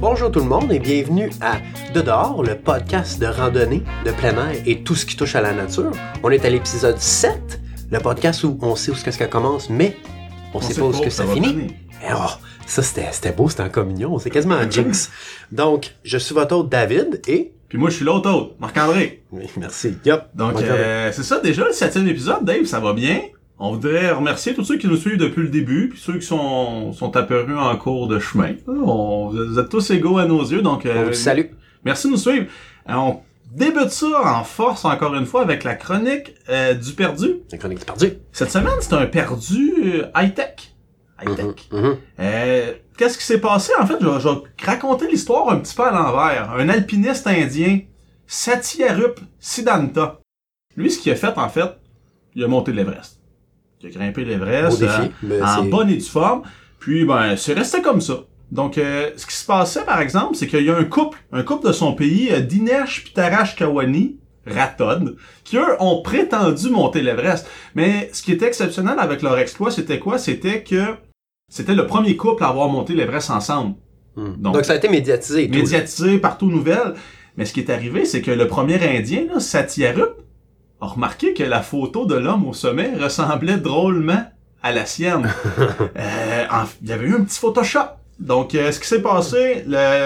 Bonjour tout le monde et bienvenue à De dehors, le podcast de randonnée, de plein air et tout ce qui touche à la nature. On est à l'épisode 7, le podcast où on sait où ce que ça commence, mais on sait pas où ce que ça finit. Et oh, ça c'était beau, c'était en communion, c'est quasiment un jinx. Donc, je suis votre hôte David et... Puis moi, je suis l'autre hôte, Marc-André. Oui, merci. Yep. Donc, c'est ça, déjà, le 7e épisode, Dave, ça va bien. On voudrait remercier tous ceux qui nous suivent depuis le début, puis ceux qui sont apparus en cours de chemin. Vous êtes tous égaux à nos yeux, donc... on vous salue. Merci de nous suivre. On débute ça en force, encore une fois, avec la chronique du perdu. La chronique du perdu. Cette semaine, c'est un perdu high-tech. Qu'est-ce qui s'est passé? En fait, je vais raconter l'histoire un petit peu à l'envers. Un alpiniste indien, Satyaruph Siddhanta. Lui, ce qu'il a fait, en fait, il a monté l'Everest. Il a grimpé l'Everest en bonne et due forme. Puis, c'est resté comme ça. Donc, ce qui se passait, par exemple, c'est qu'il y a un couple de son pays, Dinesh puis Taresh Kawani, Rathod, qui, eux, ont prétendu monter l'Everest. Mais ce qui était exceptionnel avec leur exploit, c'était quoi? C'était que c'était le premier couple à avoir monté l'Everest ensemble. Donc ça a été médiatisé. Médiatisé partout nouvelle. Mais ce qui est arrivé, c'est que le premier Indien, là, Satyaruph, a remarqué que la photo de l'homme au sommet ressemblait drôlement à la sienne. Il y avait eu un petit Photoshop. Donc, ce qui s'est passé,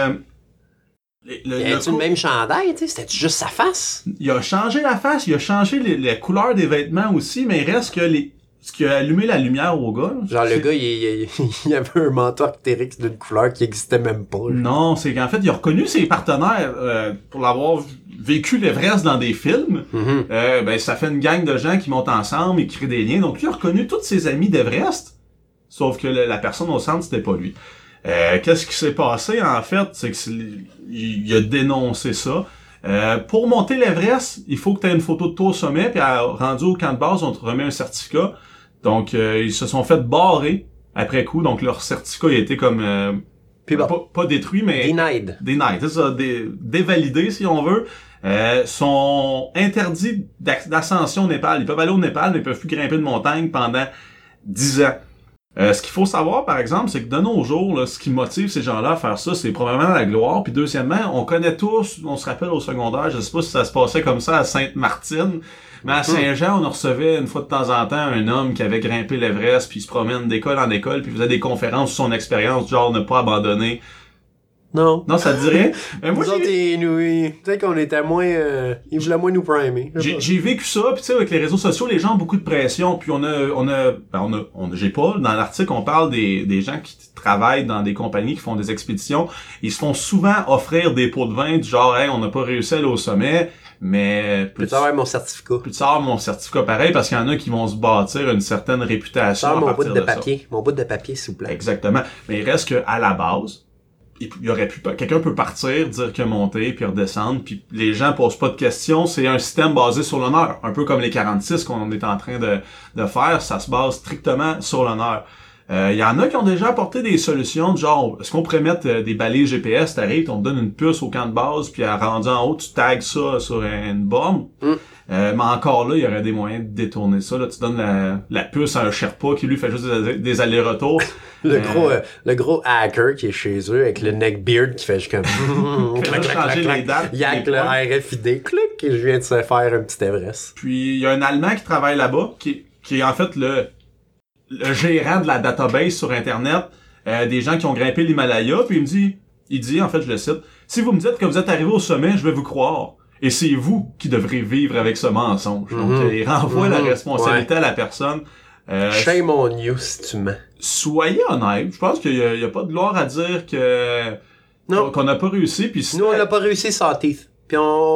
le même chandail, tu sais, c'était juste sa face? Il a changé la face, il a changé les couleurs des vêtements aussi, mais il reste que ce qui a allumé la lumière au gars. Genre, le gars, il avait un manteau arctérix d'une couleur qui existait même pas. Genre. Non, c'est qu'en fait, il a reconnu ses partenaires pour l'avoir vécu l'Everest dans des films. Ça fait une gang de gens qui montent ensemble et qui créent des liens. Donc, lui a reconnu tous ses amis d'Everest, sauf que la personne au centre, c'était pas lui. Qu'est-ce qui s'est passé, en fait? C'est qu'il a dénoncé ça. Pour monter l'Everest, il faut que tu aies une photo de toi au sommet, puis rendu au camp de base, on te remet un certificat. Donc, ils se sont fait barrer après coup. Donc, leur certificat a été comme... pas détruit, mais... Denied. C'est ça, dévalidé, si on veut. Sont interdits d'ascension au Népal. Ils peuvent aller au Népal, mais ils peuvent plus grimper de montagne pendant 10 ans. Ce qu'il faut savoir, par exemple, c'est que de nos jours, là, ce qui motive ces gens-là à faire ça, c'est probablement la gloire. Puis deuxièmement, on connaît tous, on se rappelle au secondaire, je sais pas si ça se passait comme ça à Sainte-Martine, mais à Saint-Jean, on recevait une fois de temps en temps un homme qui avait grimpé l'Everest, puis il se promène d'école en école, puis il faisait des conférences sur son expérience, genre ne pas abandonner. Non, ça te dirait? Mais moi, peut-être qu'on était moins... ils voulaient moins nous primer. J'ai vécu ça, puis tu sais, avec les réseaux sociaux, les gens ont beaucoup de pression, puis j'ai pas, dans l'article, on parle des gens qui travaillent dans des compagnies qui font des expéditions. Ils se font souvent offrir des pots de vin du genre, hey, on n'a pas réussi à aller au sommet, mais... Peux-tu avoir mon certificat? Peux-tu avoir mon certificat pareil, parce qu'il y en a qui vont se bâtir une certaine réputation à partir de ça. Mon bout de papier, s'il vous plaît. Exactement. Mais il reste que à la base, quelqu'un peut partir, dire qu'il a monté, puis redescendre, puis les gens posent pas de questions. C'est un système basé sur l'honneur. Un peu comme les 46 qu'on est en train de faire, ça se base strictement sur l'honneur. Il y en a qui ont déjà apporté des solutions du genre, est-ce qu'on pourrait mettre des balais GPS, t'arrives, on te donne une puce au camp de base, puis rendu en haut, tu tags ça sur une borne. Mais encore là, il y aurait des moyens de détourner ça. Là, tu donnes la puce à un Sherpa qui lui fait juste des allers-retours. Le gros hacker qui est chez eux avec le neckbeard qui fait juste comme... changer les dates. Il y a le RFID, clic, et je viens de se faire un petit Everest. Puis il y a un Allemand qui travaille là-bas, qui est en fait le gérant de la database sur Internet, des gens qui ont grimpé l'Himalaya, puis il dit, en fait, je le cite, « Si vous me dites que vous êtes arrivé au sommet, je vais vous croire. Et c'est vous qui devrez vivre avec ce mensonge. » Donc, il renvoie la responsabilité à la personne. Shame on you si tu mens. Soyez honnête. Je pense qu'il y a pas de gloire à dire qu'on n'a pas réussi. Puis nous, on n'a pas réussi sans teeth. Puis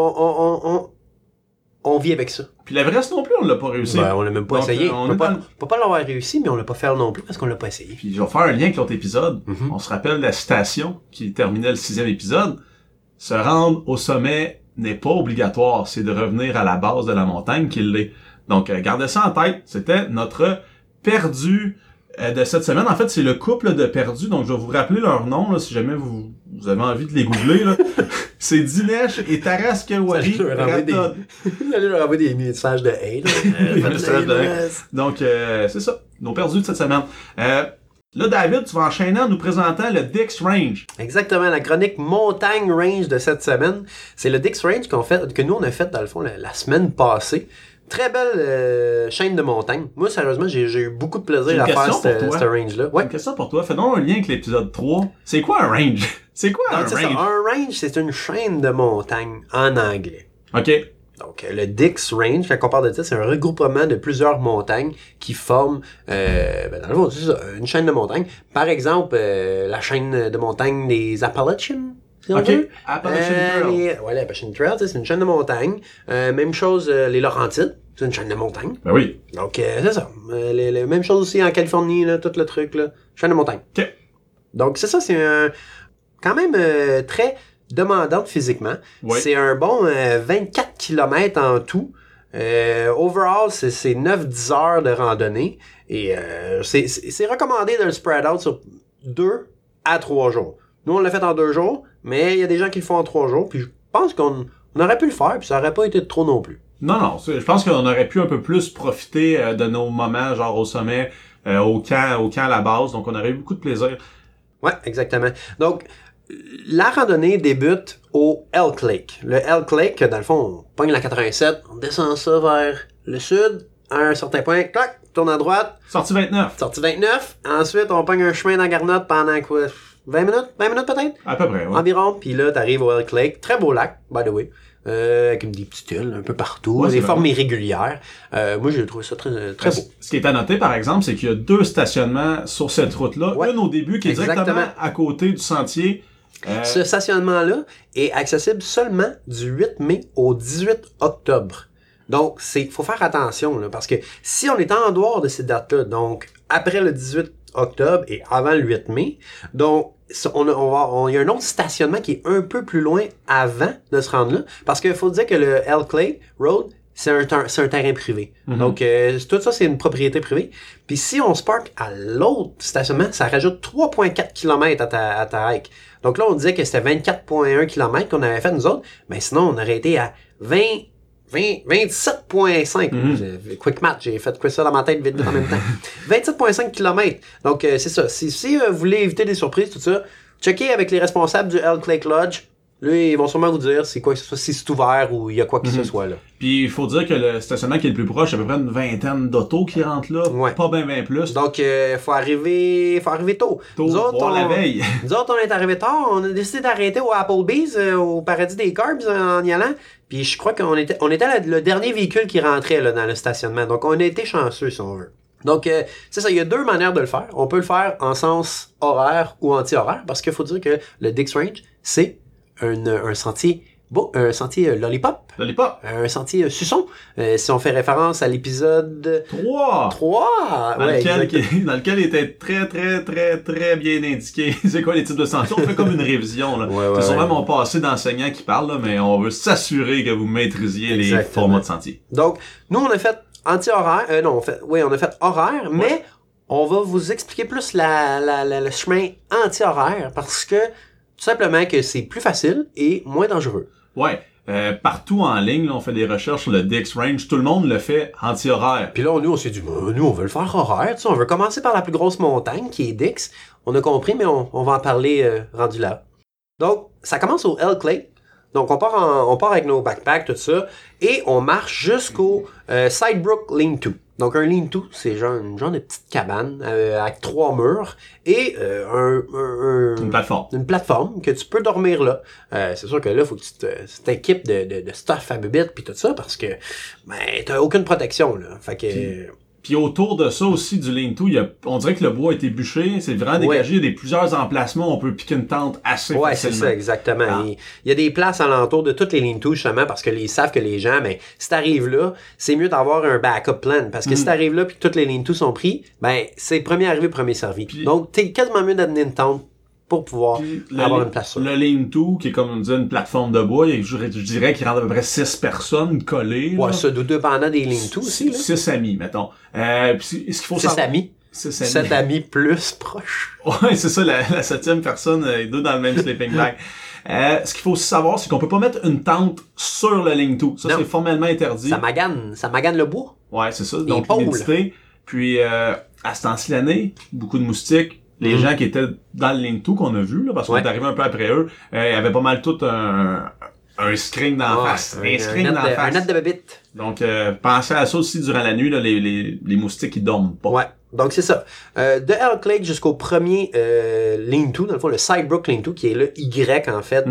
on vit avec ça. Puis l'Everest non plus, on l'a pas réussi. On l'a même pas essayé. On peut pas l'avoir réussi, mais on l'a pas fait non plus parce qu'on l'a pas essayé. Puis je vais faire un lien avec l'autre épisode. On se rappelle la citation qui terminait le 6e épisode. Se rendre au sommet n'est pas obligatoire, c'est de revenir à la base de la montagne qu'il l'est. Donc, gardez ça en tête. C'était notre perdu de cette semaine. En fait, c'est le couple de perdus. Donc, je vais vous rappeler leur nom, là, si jamais vous avez envie de les googler, là. C'est Dinesh et Taresh Kawani. Vous allez leur envoyer des messages de hate. Donc, c'est ça. Nos perdus de cette semaine. Là, David, tu vas enchaîner en nous présentant le Dix Range. Exactement, la chronique Montagne Range de cette semaine. C'est le Dix Range que nous, on a fait, dans le fond, la semaine passée. Très belle chaîne de montagne. Moi, sérieusement, j'ai eu beaucoup de plaisir à faire ce range-là. Ouais. Une question pour toi. Fais donc un lien avec l'épisode 3. C'est quoi un range? C'est quoi un range? Ça. Un range, c'est une chaîne de montagne en anglais. OK. Donc, le Dix Range, quand on parle de ça, c'est un regroupement de plusieurs montagnes qui forment, dans le fond, c'est ça, une chaîne de montagnes. Par exemple, la chaîne de montagnes des Appalachians. OK. Appalachian Trail. Ouais, l'Appalachian Trail, c'est une chaîne de montagnes. Même chose, les Laurentides, c'est une chaîne de montagnes. Ben oui. Donc, c'est ça. Même chose aussi en Californie, là, tout le truc, là. Chaîne de montagnes. OK. Donc, c'est ça, c'est quand même très demandante physiquement. Oui. C'est un bon 24 km en tout. Overall, c'est 9-10 heures de randonnée. Et c'est recommandé de le spread out sur 2 à 3 jours. Nous, on l'a fait en 2 jours, mais il y a des gens qui le font en 3 jours. Puis je pense qu'on aurait pu le faire, puis ça aurait pas été trop non plus. Non, je pense qu'on aurait pu un peu plus profiter de nos moments, genre au sommet, au camp à la base. Donc, on aurait eu beaucoup de plaisir. Ouais, exactement. Donc, la randonnée débute au Elk Lake. Le Elk Lake, dans le fond, on pogne la 87, on descend ça vers le sud, à un certain point, clac, tourne à droite. Sortie 29. Sortie 29. Ensuite, on pogne un chemin dans la Garnotte pendant quoi? 20 minutes? 20 minutes peut-être? À peu près, ouais. Environ. Puis là, t'arrives au Elk Lake. Très beau lac, by the way. Avec des petites îles un peu partout, ouais, des formes irrégulières. Moi, j'ai trouvé ça très beau. Ce qui est à noter, par exemple, c'est qu'il y a 2 stationnements sur cette route-là. Ouais. Une au début qui est directement à côté du sentier. Ce stationnement-là est accessible seulement du 8 mai au 18 octobre. Donc, faut faire attention, là, parce que si on est en dehors de ces dates-là, donc après le 18 octobre et avant le 8 mai, donc il y a un autre stationnement qui est un peu plus loin avant de se rendre là, parce qu'il faut dire que le Elk Lake Road, c'est un terrain privé. Mm-hmm. Donc, tout ça, c'est une propriété privée. Puis si on se parque à l'autre stationnement, ça rajoute 3,4 km à ta hike. Donc là, on disait que c'était 24,1 km qu'on avait fait nous autres, mais sinon, on aurait été à 27,5. Mm-hmm. Quick math, j'ai fait ça dans ma tête vite en même temps. 27,5 km. Donc, c'est ça. Si vous voulez éviter des surprises, tout ça, checkez avec les responsables du Elk Lake Lodge. Là, ils vont sûrement vous dire c'est quoi que ce soit, si c'est ouvert ou il y a quoi que ce soit là. Puis il faut dire que le stationnement qui est le plus proche, il y a à peu près une vingtaine d'autos qui rentrent là. Ouais. Pas bien plus. Donc, faut arriver tôt. Nous autres, la veille. Nous autres, on est arrivés tard. On a décidé d'arrêter au Applebee's, au paradis des carbs en y allant. Puis je crois qu'on était le dernier véhicule qui rentrait là, dans le stationnement. Donc, on a été chanceux, si on veut. Donc, c'est ça, il y a 2 manières de le faire. On peut le faire en sens horaire ou anti-horaire, parce qu'il faut dire que le Dix Range, c'est un sentier lollipop. Un sentier suçon. Si on fait référence à l'épisode 3. Dans lequel il était très, très, très, très bien indiqué. C'est quoi les types de sentiers? On fait comme une révision, là. C'est sûrement mon passé d'enseignant qui parle, là, mais on veut s'assurer que vous maîtrisiez les formats de sentiers. Donc, nous, on a fait anti-horaire. On a fait horaire, mais on va vous expliquer plus le chemin anti-horaire parce que tout simplement que c'est plus facile et moins dangereux. Ouais. Partout en ligne, là, on fait des recherches sur le Dix Range. Tout le monde le fait anti-horaire. Puis là, nous, on s'est dit, nous, on veut le faire horaire. Tu sais, on veut commencer par la plus grosse montagne, qui est Dix. On a compris, mais on va en parler rendu là. Donc, ça commence au Elk Lake. Donc, on part avec nos backpacks, tout ça, et on marche jusqu'au Sidebrook Lean-To. Donc, un lean-to, c'est une genre de petite cabane avec 3 murs et une plateforme. Une plateforme que tu peux dormir là. C'est sûr que là, il faut que tu t'équipes de stuff à bubite puis tout ça parce que t'as aucune protection là. Fait que Puis autour de ça aussi, du lean-to, on dirait que le bois a été bûché, c'est vraiment dégagé, il y a plusieurs emplacements où on peut piquer une tente assez facilement. Ouais, c'est ça, exactement. Ah. Il y a des places alentour de toutes les lean-to, justement, parce que ils savent que les gens, si t'arrives là, c'est mieux d'avoir un backup plan, parce que si t'arrives là puis que toutes les lean-to sont pris, c'est premier arrivé, premier servi. Puis, donc, t'es quasiment mieux d'amener une tente pour pouvoir avoir une place sur. Le lean-to, qui est comme on dit, une plateforme de bois, je dirais qu'il rentre à peu près 6 personnes collées. Ouais, ça, dépendant des lean-to aussi. 6 amis, mettons. Est-ce qu'il faut 6 amis? 7 amis plus proches. Ouais, c'est ça, la 7e personne, les 2 dans le même sleeping bag. Ce qu'il faut aussi savoir, c'est qu'on peut pas mettre une tente sur le lean-to. Ça, c'est formellement interdit. Ça magane le bois. Ouais, c'est ça. Donc, l'humidité. Puis, à ce temps-ci l'année, beaucoup de moustiques. Les gens qui étaient dans le Lean-To qu'on a vu, là, parce qu'on est arrivé un peu après eux, avaient pas mal tout un screen d'en face. Un screen d'en face. Un net de bébite. Donc, pensez à ça aussi durant la nuit, là, les moustiques, ils dorment pas. Ouais. Donc, c'est ça. De Elk Lake jusqu'au premier Lean-To, dans le fond, le Sidebrook Lean-To, qui est le Y, en fait,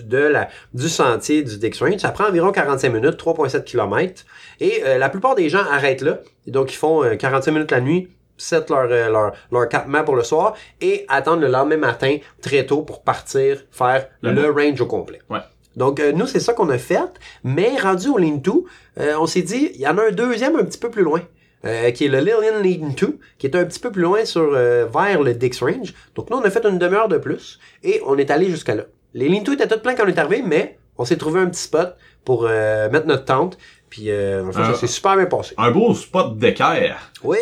du sentier du Dix Range. Ça prend environ 45 minutes, 3,7 km. Et la plupart des gens arrêtent là. Et donc, ils font 45 minutes la nuit, set leur campement pour le soir et attendent le lendemain matin, très tôt, pour partir faire le range au complet. Ouais. Donc, nous, c'est ça qu'on a fait. Mais rendu au Lean-To, on s'est dit, il y en a un deuxième un petit peu plus loin. Qui est le Lillian Lean-To, qui est un petit peu plus loin vers le Dix Range. Donc nous, on a fait une demi-heure de plus et on est allé jusqu'à là. Les Lean-To étaient tous pleins quand on est arrivé, mais on s'est trouvé un petit spot pour mettre notre tente. Puis en fait, ça s'est super bien passé. Un beau spot d'équerre. Oui.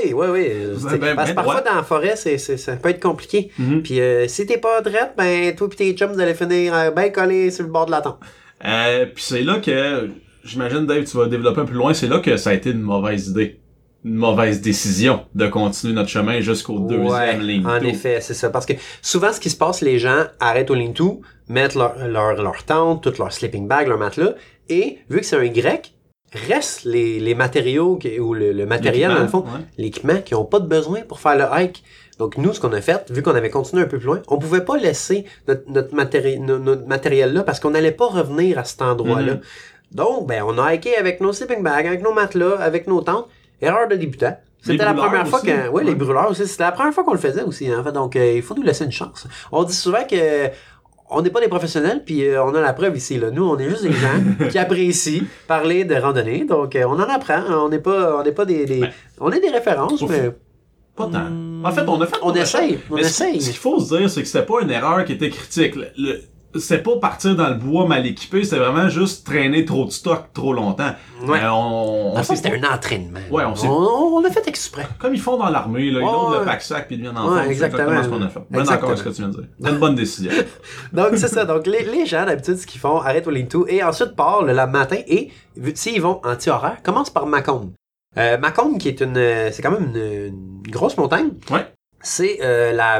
Parce que parfois, dans la forêt, ça peut être compliqué. Puis si t'es pas drette, ben toi pis tes chums, vous allez finir bien collés sur le bord de la tente. Puis c'est là que, j'imagine, Dave, tu vas développer un peu plus loin, c'est là que ça a été une mauvaise idée. Une mauvaise décision de continuer notre chemin jusqu'au deuxième Lean-To. En effet, c'est ça. Parce que souvent, ce qui se passe, les gens arrêtent au Lean-To, mettent leur tente, tout leur sleeping bag, leur matelas, et vu que c'est un Y, reste les matériaux ou le matériel, dans le fond, l'équipement qui n'ont pas de besoin pour faire le hike. Donc nous, ce qu'on a fait, vu qu'on avait continué un peu plus loin, on pouvait pas laisser notre matériel là parce qu'on n'allait pas revenir à cet endroit-là. Donc, ben, on a hiké avec nos sleeping bags, avec nos matelas, avec nos tentes. Erreur de débutant. C'était la première fois que... Oui, les brûleurs aussi. C'était la première fois qu'on le faisait aussi, en fait. Donc, il faut nous laisser une chance. On dit souvent que on n'est pas des professionnels, puis on a la preuve ici. Là. Nous, on est juste des gens qui apprécient parler de randonnée. Donc, on en apprend. On n'est pas des... On est des références, mais... Pas tant. En fait, on essaye. Ce qu'il faut se dire, c'est que c'était pas une erreur qui était critique. C'est pas partir dans le bois mal équipé, c'est vraiment juste traîner trop de stock trop longtemps. Ouais. C'était un entraînement. Ouais, on a fait exprès. Comme ils font dans l'armée, là, ils loadent le pack-sac puis ils deviennent en forme. C'est exactement ce qu'on a fait. Bien d'accord avec ce que tu viens de dire. C'est une bonne décision. Donc, c'est ça. Donc, les gens, d'habitude, ce qu'ils font, arrêtent au Lean-To et ensuite partent le matin et, s'ils vont anti-horaire, commencent par Macomb. Macomb, qui est c'est quand même une grosse montagne. Ouais. C'est la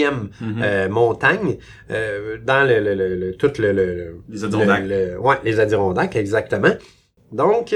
21e montagne dans les Adirondacks. Les Adirondacks, exactement. Donc,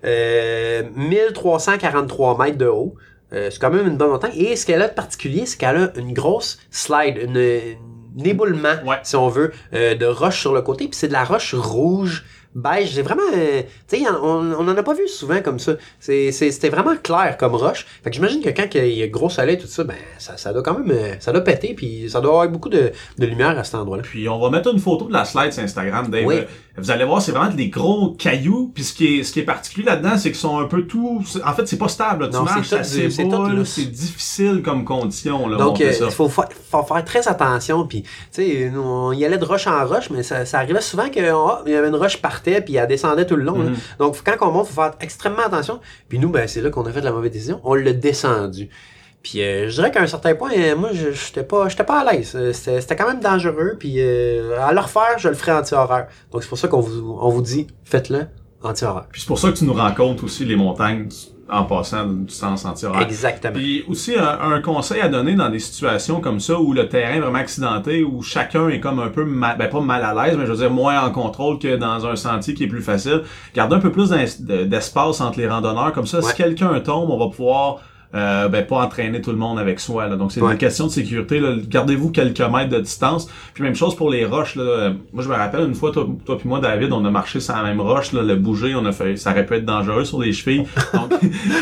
1343 mètres de haut. C'est quand même une bonne montagne. Et ce qu'elle a de particulier, c'est qu'elle a une grosse slide, un éboulement, si on veut, de roche sur le côté. Puis c'est de la roche rouge, beige. C'est vraiment... tu sais, on en a pas vu souvent comme ça. C'était vraiment clair comme roche. Fait que j'imagine que quand il y a gros soleil, tout ça, ben ça doit quand même... ça doit péter, puis ça doit avoir beaucoup de lumière à cet endroit-là. Puis on va mettre une photo de la slide sur Instagram, Dave. Oui. Vous allez voir, c'est vraiment des gros cailloux. Puis ce qui est particulier là-dedans, c'est qu'ils sont un peu tout... En fait, c'est pas stable. Là. Tu marches, c'est difficile comme condition. Là, donc, il faut faire très attention. Puis, tu sais, on y allait de roche en roche, mais ça arrivait souvent qu'il y avait une roche partait, puis elle descendait tout le long. Là. Donc, quand on monte, il faut faire extrêmement attention. Puis nous, ben c'est là qu'on a fait la mauvaise décision. On l'a descendu. Puis je dirais qu'à un certain point, moi, j'étais pas à l'aise. C'était quand même dangereux. Puis à le refaire, je le ferai anti-horaire. Donc c'est pour ça qu'on vous dit, faites-le anti-horaire. Puis c'est pour ça que tu nous rends compte aussi les montagnes en passant du sens anti-horaire. Exactement. Puis aussi un conseil à donner dans des situations comme ça où le terrain est vraiment accidenté, où chacun est comme un peu pas mal à l'aise, mais je veux dire moins en contrôle que dans un sentier qui est plus facile. Gardez un peu plus d'espace entre les randonneurs, comme ça, si quelqu'un tombe, on va pouvoir pas entraîner tout le monde avec soi. Là. Donc c'est une question de sécurité. Là. Gardez-vous quelques mètres de distance. Puis même chose pour les roches. Là. Moi je me rappelle une fois, toi puis moi, David, on a marché sur la même roche, là, le bouger, ça aurait pu être dangereux sur les chevilles. Donc...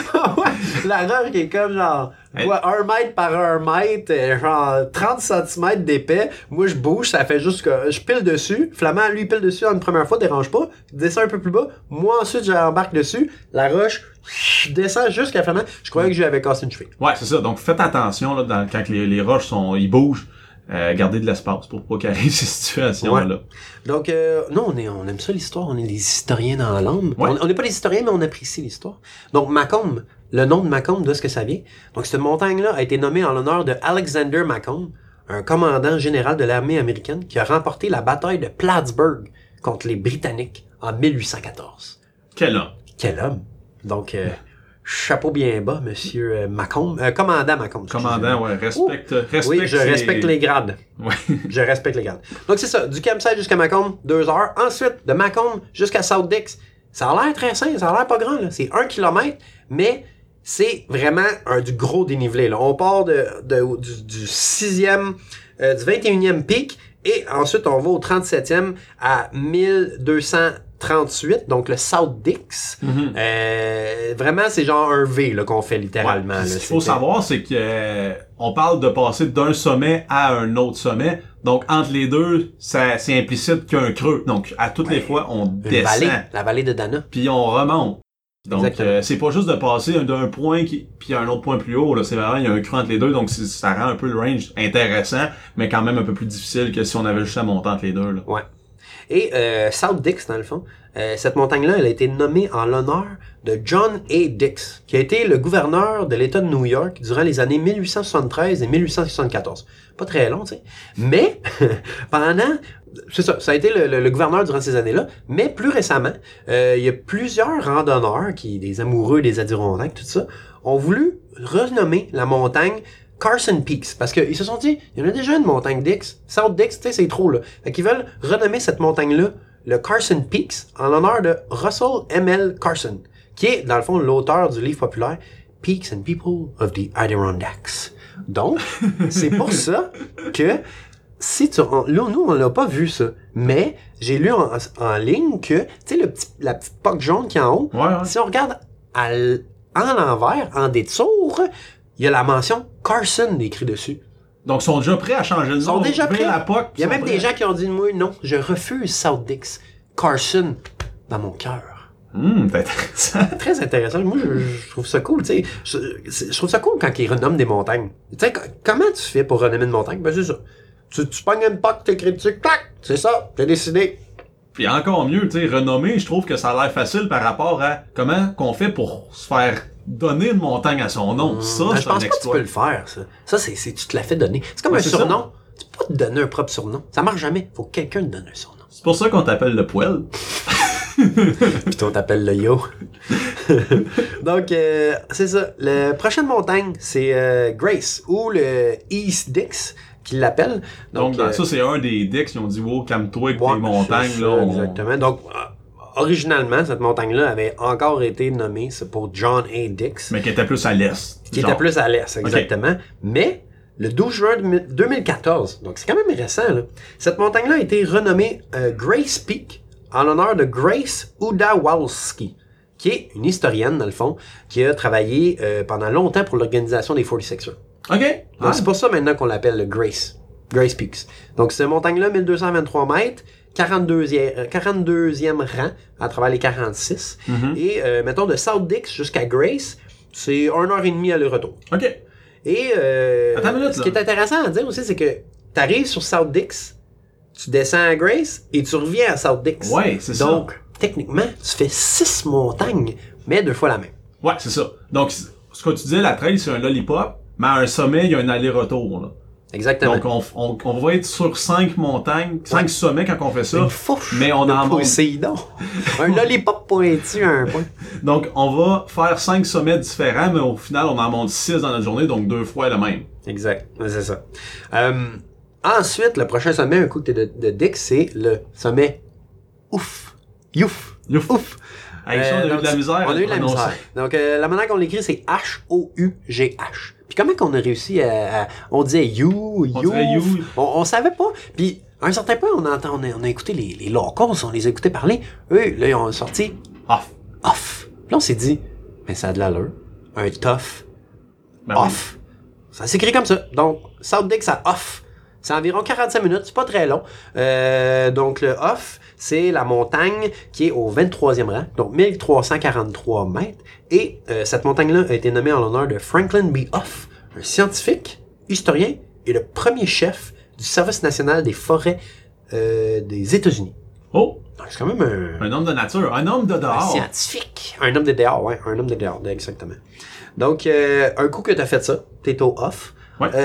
La roche qui est comme genre 1 mètre par 1 mètre, genre 30 cm d'épais. Moi je bouge, ça fait juste que je pile dessus. Flamand, lui, pile dessus une première fois, dérange pas. Il descend un peu plus bas. Moi ensuite j'embarque dessus. La roche, je descends jusqu'à Flamand. Je croyais que je lui avais cassé une cheville. Ouais, c'est ça. Donc faites attention là, quand les roches ils bougent. Gardez de l'espace pour pas qu'il arrive ces situations-là. Ouais. Donc, nous, on aime ça l'histoire. On est des historiens dans l'âme. Ouais. On n'est pas des historiens, mais on apprécie l'histoire. Donc, Macomb, le nom de Macomb, d'où est-ce que ça vient? Donc, cette montagne-là a été nommée en l'honneur de Alexander Macomb, un commandant général de l'armée américaine qui a remporté la bataille de Plattsburgh contre les Britanniques en 1814. Quel homme! Quel homme! Donc, chapeau bien bas, monsieur Macomb. Commandant Macomb. Commandant, ouais, respecte oui, je respecte les grades. Ouais. Je respecte les grades. Donc, c'est ça. Du campsite jusqu'à Macomb, 2 heures. Ensuite, de Macomb jusqu'à South Dix. Ça a l'air très simple, ça a l'air pas grand, là. C'est 1 kilomètre, mais c'est vraiment du gros dénivelé, là. On part du 6e, du 21e pic, et ensuite, on va au 37e à 1238, donc le South Dix. Vraiment, c'est genre un V là, qu'on fait littéralement. Ouais, là, ce qu'il faut savoir, c'est que on parle de passer d'un sommet à un autre sommet. Donc, entre les deux, c'est implicite qu'il y a un creux. Donc, à toutes les fois, on descend. Vallée, la vallée de Dana. Puis on remonte. Donc, c'est pas juste de passer d'un point puis un autre point plus haut. Là, c'est vraiment, il y a un creux entre les deux. Donc, ça rend un peu le range intéressant, mais quand même un peu plus difficile que si on avait juste à monter entre les deux. Là. Ouais. Et South Dix, dans le fond, cette montagne-là, elle a été nommée en l'honneur de John A. Dix, qui a été le gouverneur de l'État de New York durant les années 1873 et 1874. Pas très long, tu sais. Mais, c'est ça, ça a été le gouverneur durant ces années-là. Mais plus récemment, il y a plusieurs randonneurs, des amoureux des Adirondacks, tout ça, ont voulu renommer la montagne Carson Peaks, parce qu'ils se sont dit, il y en a déjà une montagne Dix, South Dix, tu sais, c'est trop, là. Fait qu'ils veulent renommer cette montagne-là le Carson Peaks, en l'honneur de Russell M.L. Carson, qui est, dans le fond, l'auteur du livre populaire Peaks and People of the Adirondacks. Donc, c'est pour ça que, là, nous, on l'a pas vu ça, mais j'ai lu en ligne que, tu sais, la petite poque jaune qui est en haut, si on regarde en l'envers, en détour, il y a la mention Carson écrit dessus. Donc, ils sont déjà prêts à changer le nom. Ils sont déjà prêts. Il y a même des gens qui ont dit, moi, non, je refuse South Dix. Carson, dans mon cœur. C'est intéressant. Très intéressant. Moi, je trouve ça cool, tu sais. Je trouve ça cool quand ils renomment des montagnes. Tu sais, comment tu fais pour renommer une montagne? Ben, c'est ça. Tu pognes une poque, t'écris dessus, clac! C'est ça, t'as décidé. Puis encore mieux, tu sais, renommer, je trouve que ça a l'air facile par rapport à comment qu'on fait pour se faire donner une montagne à son nom. Ça, c'est un exploit. Je pense pas que tu peux le faire, ça. Ça, c'est tu te la fais donner. C'est comme un surnom. Tu peux pas te donner un propre surnom. Ça marche jamais. Faut que quelqu'un te donne un surnom. C'est pour ça qu'on t'appelle le poêle. Puis on t'appelle le yo. Donc, c'est ça. La prochaine montagne, c'est Grace, ou le East Dix, qu'ils l'appellent. Donc ça, c'est un des Dix qui ont dit, wow, calme-toi avec tes montagnes. Ça, là, exactement. Donc, originalement, cette montagne-là avait encore été nommée, c'est pour John A. Dix. Mais qui était plus à l'est. Qui était plus à l'est, exactement. Okay. Mais, le 12 juin 2014, donc c'est quand même récent, là, cette montagne-là a été renommée Grace Peak, en l'honneur de Grace Udawalski, qui est une historienne, dans le fond, qui a travaillé pendant longtemps pour l'organisation des 46ers. OK. Donc, c'est pour ça maintenant qu'on l'appelle le Grace Peaks. Donc, cette montagne-là, 1223 mètres, 42e rang à travers les 46. Et, mettons, de South Dix jusqu'à Grace, c'est 1h30 aller-retour. OK. Et, ce qui est intéressant à dire aussi, c'est que t'arrives sur South Dix, tu descends à Grace et tu reviens à South Dix. Ouais, c'est ça. Donc, techniquement, tu fais 6 montagnes, mais 2 fois la même. Ouais, c'est ça. Donc, ce que tu disais, la trail, c'est un lollipop, mais à un sommet, il y a un aller-retour, là. Exactement. Donc, on va être sur 5 montagnes, 5 sommets quand on fait ça. Une fourche mais on en monte. Un lollipop pointu à un point. Donc, on va faire 5 sommets différents, mais au final, on en monte 6 dans notre journée, donc 2 fois le même. Exact. C'est ça. Ensuite, le prochain sommet, un coup de Dix, c'est le sommet Ouf. Youf. Avec ça, on a eu de la misère. On a eu de la misère. Donc, la manière qu'on l'écrit, c'est H-O-U-G-H. Puis comment qu'on a réussi à on disait you. On savait pas. Puis, à un certain point, on a écouté les locals, on les a écoutés parler. Eux, là, ils ont sorti off. Puis là, on s'est dit, mais ça a de l'allure. Un tough. Off. Oui. Ça s'écrit comme ça. Donc, South Dix à off. C'est environ 45 minutes, c'est pas très long. Donc, le off, c'est la montagne qui est au 23e rang, donc 1343 mètres. Et cette montagne-là a été nommée en l'honneur de Franklin B. Hough, un scientifique, historien et le premier chef du Service national des forêts des États-Unis. Oh! Donc, c'est quand même un homme de nature, un homme de dehors. Un scientifique. Un homme de dehors, ouais, un homme de dehors, exactement. Donc, un coup que t'as fait ça, t'es au off. Ouais.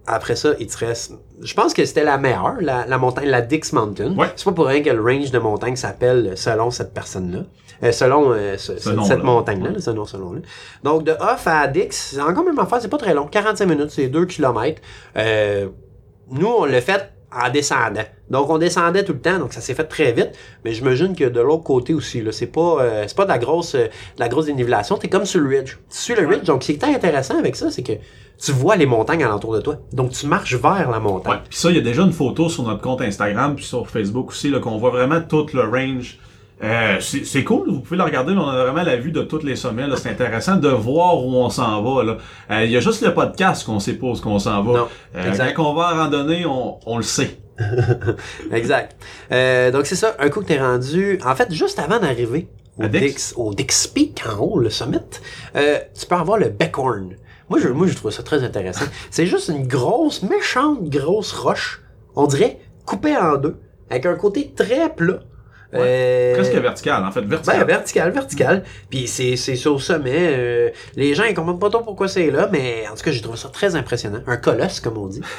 après ça, il te reste... Je pense que c'était la meilleure, la montagne, la Dix Mountain. Ouais. C'est pas pour rien que le range de montagne s'appelle selon cette personne-là. Selon cette montagne-là, ce nom-là. Donc, de Off à Dix, c'est encore même affaire, c'est pas très long. 45 minutes, c'est 2 kilomètres. Nous, on l'a fait en descendant. Donc, on descendait tout le temps, donc ça s'est fait très vite. Mais j'imagine que de l'autre côté aussi, là, c'est pas de la grosse dénivellation. T'es comme sur le ridge. Tu suis le ridge, donc ce qui est intéressant avec ça, c'est que tu vois les montagnes alentour de toi. Donc, tu marches vers la montagne. Ouais. Puis ça, il y a déjà une photo sur notre compte Instagram, puis sur Facebook aussi, là, qu'on voit vraiment tout le range. C'est cool, vous pouvez le regarder, là, on a vraiment la vue de tous les sommets, là, c'est intéressant de voir où on s'en va, là. Il y a juste le podcast qu'on sait pas où on s'en va. Non, quand on va en randonnée, on le sait. Exact. Donc c'est ça, un coup que t'es rendu, en fait, juste avant d'arriver au Dix Peak en haut, le summit, tu peux avoir le Beckhorn. Moi, je trouve ça très intéressant. C'est juste une méchante grosse roche, on dirait coupée en deux, avec un côté très plat. Ouais, presque vertical, en fait. Vertical. Puis c'est sur le sommet. Les gens, ils comprennent pas trop pourquoi c'est là, mais en tout cas, j'ai trouvé ça très impressionnant. Un colosse, comme on dit.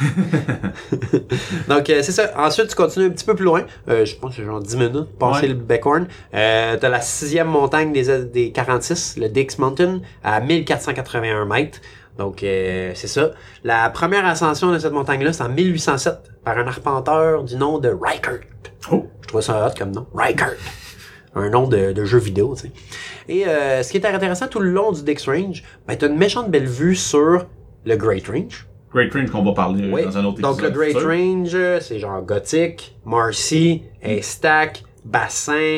Donc, c'est ça. Ensuite, tu continues un petit peu plus loin. Je pense que c'est genre 10 minutes, passer le Beckhorn. T'as la 6e montagne des 46, le Dix Mountain, à 1481 mètres. Donc, c'est ça. La première ascension de cette montagne-là, c'est en 1807, par un arpenteur du nom de Reichert. Oh. Je trouve ça hot comme nom. Reichert. Un nom de jeu vidéo, tu sais. Et ce qui est intéressant tout le long du Dix Range, ben, t'as une méchante belle vue sur le Great Range. Great Range qu'on va parler dans un autre épisode. Donc, le Great Range, c'est genre Gothic, Marcy, Haystack, Bassin...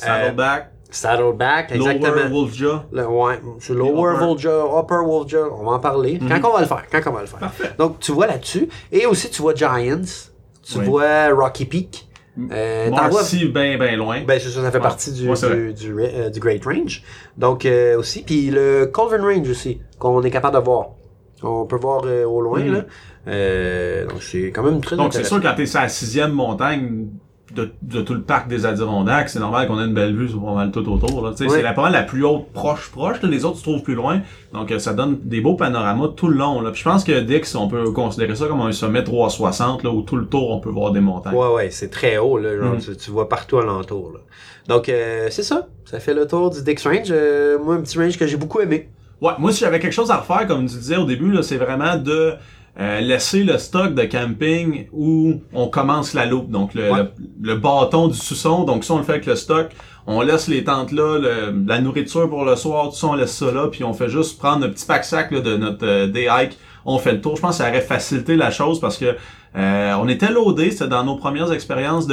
Saddleback, exactement. Lower Wolfjaw. C'est Lower Wolfjaw, Upper Wolfjaw, on va en parler. Quand on va le faire. Parfait. Donc, tu vois là-dessus. Et aussi, tu vois Giants. Tu vois Rocky Peak. Marcy, ben loin. Ben, c'est ça, ça fait partie du Great Range. Donc, aussi. Puis le Colvin Range aussi, qu'on est capable de voir. On peut voir au loin, là. Donc, c'est quand même très intéressant. Donc, c'est sûr, quand t'es sur la 6e montagne de tout le parc des Adirondacks, c'est normal qu'on ait une belle vue sur pas mal tout autour, là. C'est pas mal la plus haute proche, là. Les autres se trouvent plus loin. Donc, ça donne des beaux panoramas tout le long, là. Puis je pense que Dix, on peut considérer ça comme un sommet 360, là, où tout le tour, on peut voir des montagnes. Ouais, c'est très haut, là. Genre, tu vois partout alentour, là. Donc, c'est ça. Ça fait le tour du Dix Range. Moi, un petit range que j'ai beaucoup aimé. Ouais, moi, si j'avais quelque chose à refaire, comme tu disais au début, là, c'est vraiment de laisser le stock de camping où on commence la loupe. Donc, le bâton du sous-son. Donc, ça, on le fait avec le stock. On laisse les tentes là, la nourriture pour le soir, tout ça, on laisse ça là, puis on fait juste prendre un petit pack-sac là, de notre day hike. On fait le tour. Je pense que ça aurait facilité la chose parce que on était loadés. C'était dans nos premières expériences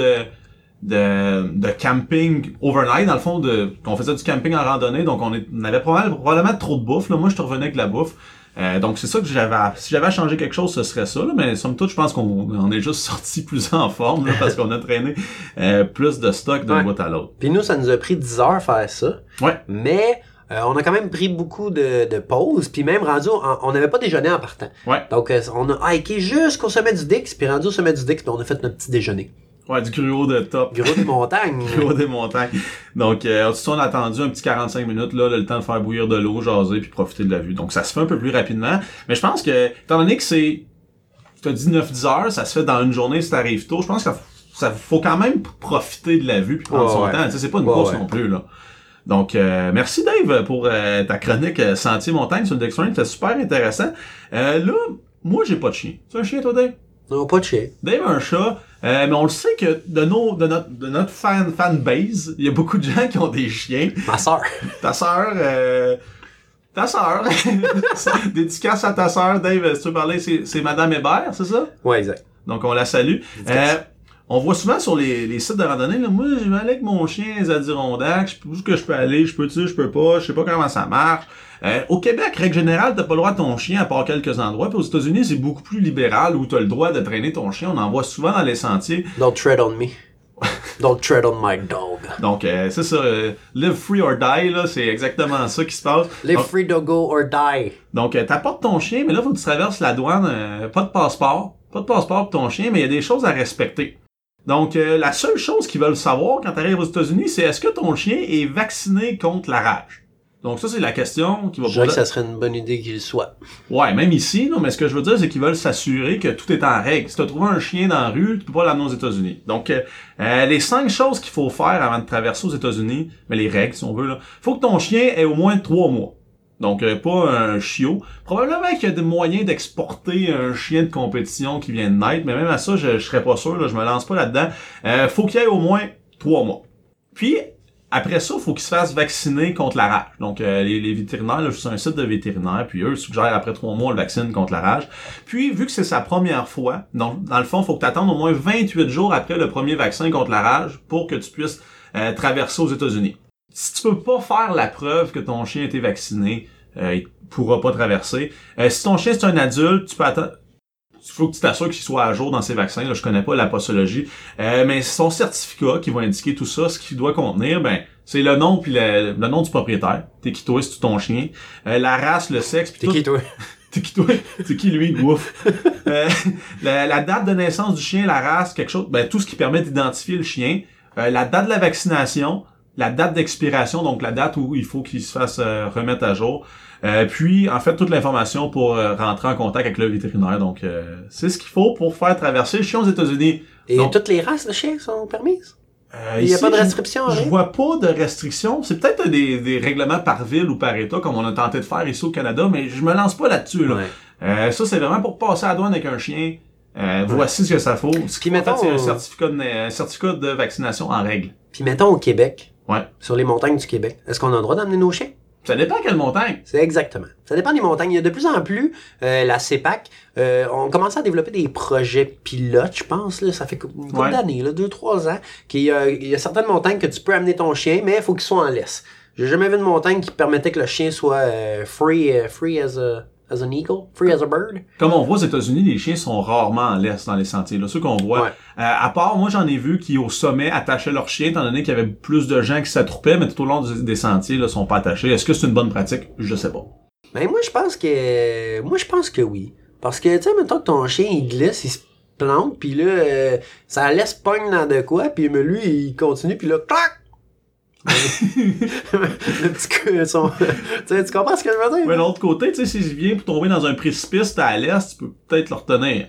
de camping overnight, dans le fond, on faisait du camping en randonnée, donc on avait probablement trop de bouffe. Là. Moi, je te revenais avec de la bouffe. Donc c'est ça que si j'avais à changer quelque chose, ce serait ça, là, mais somme toute, je pense qu'on est juste sorti plus en forme, là, parce qu'on a traîné plus de stock d'un bout à l'autre. Puis nous, ça nous a pris 10 heures faire ça. Ouais. Mais on a quand même pris beaucoup de pauses, puis même rendu, on n'avait pas déjeuné en partant. Ouais. Donc on a hiké jusqu'au sommet du Dix, puis rendu au sommet du Dix, puis on a fait notre petit déjeuner. Ouais, du gruau de top. Gruau des montagnes. Gruau des montagnes. Donc, on a attendu un petit 45 minutes, là, le temps de faire bouillir de l'eau, jaser, puis profiter de la vue. Donc, ça se fait un peu plus rapidement. Mais je pense que, étant donné que tu as dit 9-10 heures, ça se fait dans une journée si t'arrives tôt, je pense que ça faut quand même profiter de la vue puis prendre son temps. Tu sais, c'est pas une course non plus, là. Donc, merci Dave pour ta chronique Sentier Montagne sur le Dix Range. C'était super intéressant. Là, moi, j'ai pas de chien. Tu as un chien, toi, Dave? Non, pas de chien. Dave a un chat, mais on le sait que de notre fanbase, il y a beaucoup de gens qui ont des chiens. Ma sœur. Ta sœur. Dédicace à ta sœur, Dave, si tu veux parler, c'est Madame Hébert, c'est ça? Ouais, exact. Donc on la salue. On voit souvent sur les sites de randonnée, là, moi je vais aller avec mon chien les Adirondacks, où est-ce que je peux aller, je peux pas, je sais pas comment ça marche. Au Québec, règle générale, t'as pas le droit de ton chien à part quelques endroits. Puis aux États-Unis, c'est beaucoup plus libéral où t'as le droit de traîner ton chien. On en voit souvent dans les sentiers. Don't tread on me. Don't tread on my dog. Donc, c'est ça. Live free or die, là, c'est exactement ça qui se passe. Live free doggo or die. Donc, t'apportes ton chien, mais là, faut que tu traverses la douane. Pas de passeport. Pas de passeport pour ton chien, mais il y a des choses à respecter. Donc, la seule chose qu'ils veulent savoir quand t'arrives aux États-Unis, c'est est-ce que ton chien est vacciné contre la rage? Donc ça, c'est la question qui va Je dirais que ça serait une bonne idée qu'il soit. Ouais, même ici, non, mais ce que je veux dire, c'est qu'ils veulent s'assurer que tout est en règle. Si tu as trouvé un chien dans la rue, tu peux pas l'amener aux États-Unis. Donc, les 5 choses qu'il faut faire avant de traverser aux États-Unis, mais les règles, si on veut, là, faut que ton chien ait au moins 3 mois. Donc, pas un chiot. Probablement qu'il y a des moyens d'exporter un chien de compétition qui vient de naître, mais même à ça, je serais pas sûr, là, je me lance pas là-dedans. Faut qu'il y ait au moins 3 mois. Puis, après ça, il faut qu'ils se fassent vacciner contre la rage. Donc, les vétérinaires, là, c'est un site de vétérinaires, puis eux suggèrent après 3 mois le vaccin contre la rage. Puis, vu que c'est sa première fois, donc, dans le fond, il faut que tu attendes au moins 28 jours après le premier vaccin contre la rage pour que tu puisses traverser aux États-Unis. Si tu peux pas faire la preuve que ton chien a été vacciné, il pourra pas traverser. Si ton chien c'est un adulte, tu peux attendre. Il faut que tu t'assures qu'il soit à jour dans ses vaccins. Là, je connais pas la postologie. Mais son certificat qui va indiquer tout ça, ce qu'il doit contenir, ben c'est le nom puis le nom du propriétaire. T'es qui toi, c'est ton chien. La race, le sexe. Puis T'es qui toi? T'es qui toi? C'est qui lui? Ouf. La date de naissance du chien, la race, quelque chose. Ben tout ce qui permet d'identifier le chien. La date de la vaccination. La date d'expiration, donc la date où il faut qu'il se fasse remettre à jour. Puis, en fait, toute l'information pour rentrer en contact avec le vétérinaire. Donc, c'est ce qu'il faut pour faire traverser le chien aux États-Unis. Et donc, toutes les races de chiens sont permises? Il n'y a ici, pas de restriction, Je rien? vois pas de restriction. C'est peut-être des règlements par ville ou par État, comme on a tenté de faire ici au Canada, mais je me lance pas là-dessus. Là. Ouais. Ça, c'est vraiment pour passer à la douane avec un chien. Voici ce que ça faut. Ce Puis qu'il faut, en fait, c'est mettons, un certificat de vaccination en règle. Puis mettons au Québec, Ouais. sur les montagnes du Québec, est-ce qu'on a le droit d'amener nos chiens? Ça dépend à quelle montagne. C'est exactement. Ça dépend des montagnes. Il y a de plus en plus, la CEPAC, on commence à développer des projets pilotes, je pense, là, ça fait une couple d'années, là, 2-3 ans, qu'il y a certaines montagnes que tu peux amener ton chien, mais il faut qu'il soit en laisse. J'ai jamais vu une montagne qui permettait que le chien soit free as an eagle, free as a bird. Comme on voit aux États-Unis, les chiens sont rarement en laisse dans les sentiers. Là, ceux qu'on voit. Ouais. À part, moi, j'en ai vu qui, au sommet, attachaient leurs chiens, étant donné qu'il y avait plus de gens qui s'attroupaient, mais tout au long des sentiers, là, sont pas attachés. Est-ce que c'est une bonne pratique? Je sais pas. Ben, moi, je pense que oui. Parce que, tu sais, mettons que ton chien, il glisse, il se plante, puis là, ça laisse pogne dans de quoi, puis mais lui, il continue, puis là, clac! Le petit coup, tu comprends ce que je veux dire? Mais de l'autre côté, tu sais, s'il vient pour tomber dans un précipice, t'es à l'est, tu peux peut-être le retenir.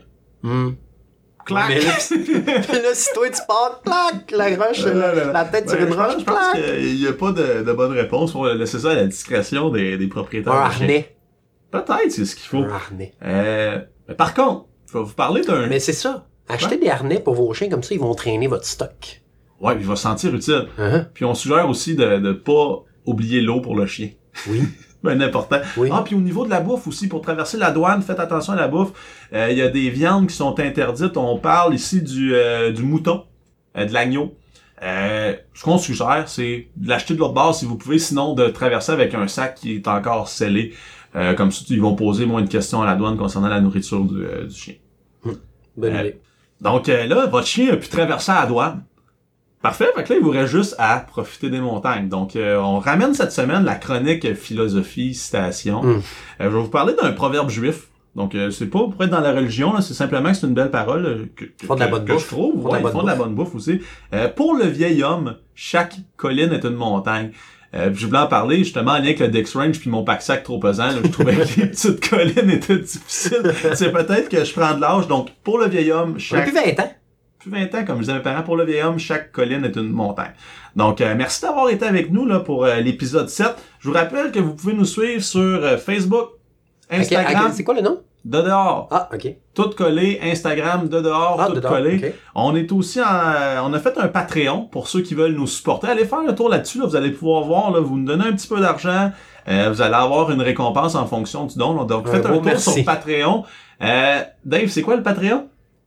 Clac! Mais là, puis là, si toi, tu pars, clac! La roche, la tête sur une roche, je pense clac! qu'il n'y a pas de bonne réponse pour laisser ça à la discrétion des propriétaires. Un de chiens. harnais. Peut-être, c'est ce qu'il faut. Un harnais. Mais par contre, je vais vous parler d'un... Mais c'est ça. Achetez des harnais pour vos chiens, comme ça, ils vont traîner votre stock. Ouais, il va se sentir utile. Uh-huh. Puis on suggère aussi de pas oublier l'eau pour le chien. Oui. Ben important. Oui. Ah, puis au niveau de la bouffe aussi, pour traverser la douane, faites attention à la bouffe. Il y a des viandes qui sont interdites. On parle ici du mouton, de l'agneau. Ce qu'on suggère, c'est de l'acheter de l'autre bord si vous pouvez, sinon de traverser avec un sac qui est encore scellé. Comme ça, ils vont poser moins de questions à la douane concernant la nourriture du chien. Bonne idée. Donc là, votre chien a pu traverser la douane. Parfait, fait que là, il vous reste juste à profiter des montagnes. Donc, on ramène cette semaine la chronique philosophie, citation. Je vais vous parler d'un proverbe juif. Donc, c'est pas pour être dans la religion, là, c'est simplement que c'est une belle parole que je trouve. Ouais, ils font de la bonne bouffe aussi. Pour le vieil homme, chaque colline est une montagne. Je voulais en parler justement en lien avec le Dex Range puis mon pack-sac trop pesant. Là, je trouvais que les petites collines étaient difficiles. C'est peut-être que je prends de l'âge. Donc, pour le vieil homme, chaque... Depuis 20 ans. Plus 20 ans, comme je disais à mes parents, pour le vieil homme, chaque colline est une montagne. Donc, merci d'avoir été avec nous là pour l'épisode 7. Je vous rappelle que vous pouvez nous suivre sur Facebook, Instagram. Okay, c'est quoi le nom? De dehors. Ah, OK. Tout collé, Instagram, de dehors, tout collé. Okay. On est aussi on a fait un Patreon pour ceux qui veulent nous supporter. Allez faire le tour là-dessus, là, vous allez pouvoir voir, là, vous nous donnez un petit peu d'argent, vous allez avoir une récompense en fonction du don. Donc, faites un tour sur Patreon. Dave, c'est quoi le Patreon?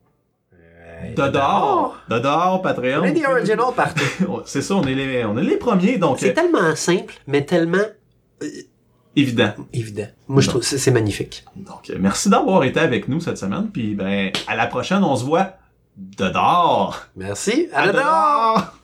De dehors, Patreon. On est des originals partout. C'est ça, on est les premiers, donc... C'est tellement simple, mais tellement... évident. Moi, je trouve que c'est magnifique. Donc, merci d'avoir été avec nous cette semaine, puis ben, à la prochaine, on se voit de dehors. Merci, à dehors!